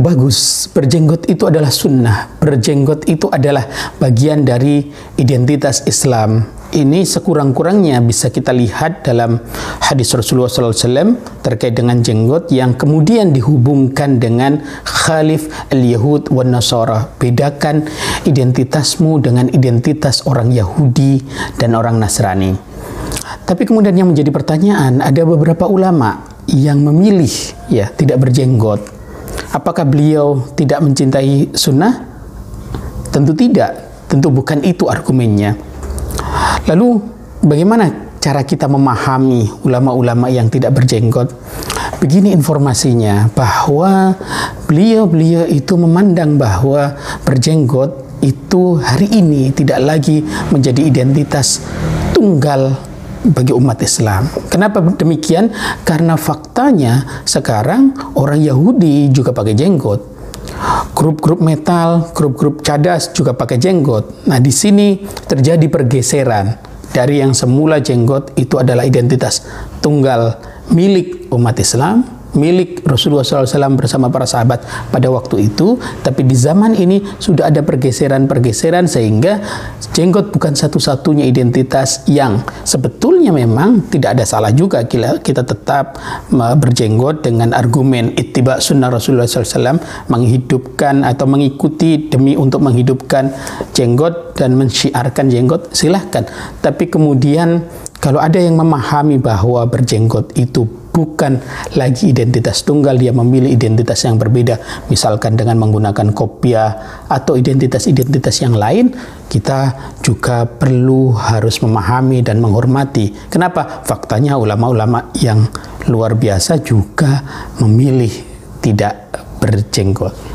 bagus. Berjenggot itu adalah sunnah. Berjenggot itu adalah bagian dari identitas Islam. Ini sekurang-kurangnya bisa kita lihat dalam hadis Rasulullah SAW terkait dengan jenggot yang kemudian dihubungkan dengan khalif al-Yahud wan Nasara. Bedakan identitasmu dengan identitas orang Yahudi dan orang Nasrani. Tapi kemudian yang menjadi pertanyaan, ada beberapa ulama yang memilih ya tidak berjenggot. Apakah beliau tidak mencintai sunnah? Tentu tidak. Tentu bukan itu argumennya. Lalu bagaimana cara kita memahami ulama-ulama yang tidak berjenggot? Begini informasinya, bahwa beliau itu memandang bahwa berjenggot itu hari ini tidak lagi menjadi identitas tunggal bagi umat Islam. Kenapa demikian? Karena faktanya sekarang orang Yahudi juga pakai jenggot. Grup-grup metal, grup-grup cadas juga pakai jenggot. Nah, di sini terjadi pergeseran dari yang semula jenggot itu adalah identitas tunggal milik umat Islam, milik Rasulullah SAW bersama para sahabat pada waktu itu. Tapi di zaman ini sudah ada pergeseran-pergeseran sehingga jenggot bukan satu-satunya identitas yang sebetulnya memang tidak ada salah juga kita tetap berjenggot dengan argumen ittiba sunnah Rasulullah SAW, menghidupkan atau mengikuti demi untuk menghidupkan jenggot dan mensyiarkan jenggot, silahkan. Tapi kemudian kalau ada yang memahami bahwa berjenggot itu bukan lagi identitas tunggal, dia memilih identitas yang berbeda, misalkan dengan menggunakan kopiah atau identitas-identitas yang lain, kita juga perlu harus memahami dan menghormati. Kenapa? Faktanya ulama-ulama yang luar biasa juga memilih tidak berjenggot.